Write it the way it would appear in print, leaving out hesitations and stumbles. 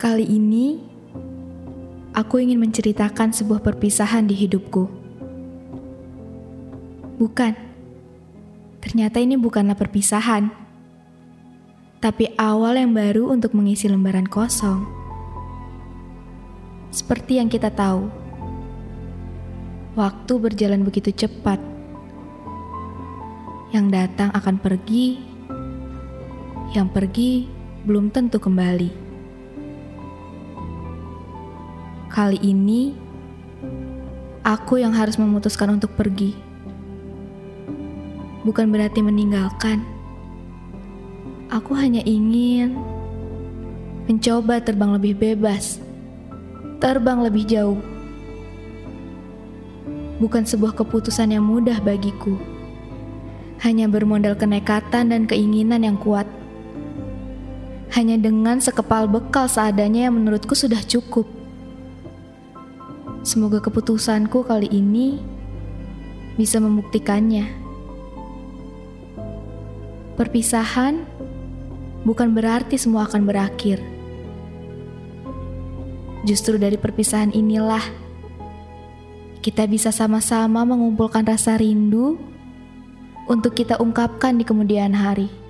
Kali ini, aku ingin menceritakan sebuah perpisahan di hidupku. Bukan, ternyata ini bukanlah perpisahan, tapi awal yang baru untuk mengisi lembaran kosong. Seperti yang kita tahu, waktu berjalan begitu cepat. Yang datang akan pergi, yang pergi belum tentu kembali. Kali ini, aku yang harus memutuskan untuk pergi. Bukan berarti meninggalkan. Aku hanya ingin mencoba terbang lebih bebas, terbang lebih jauh. Bukan sebuah keputusan yang mudah bagiku. Hanya bermodal kenekatan dan keinginan yang kuat. Hanya dengan sekepal bekal seadanya yang menurutku sudah cukup. Semoga keputusanku kali ini bisa membuktikannya. Perpisahan bukan berarti semua akan berakhir. Justru dari perpisahan inilah kita bisa sama-sama mengumpulkan rasa rindu untuk kita ungkapkan di kemudian hari.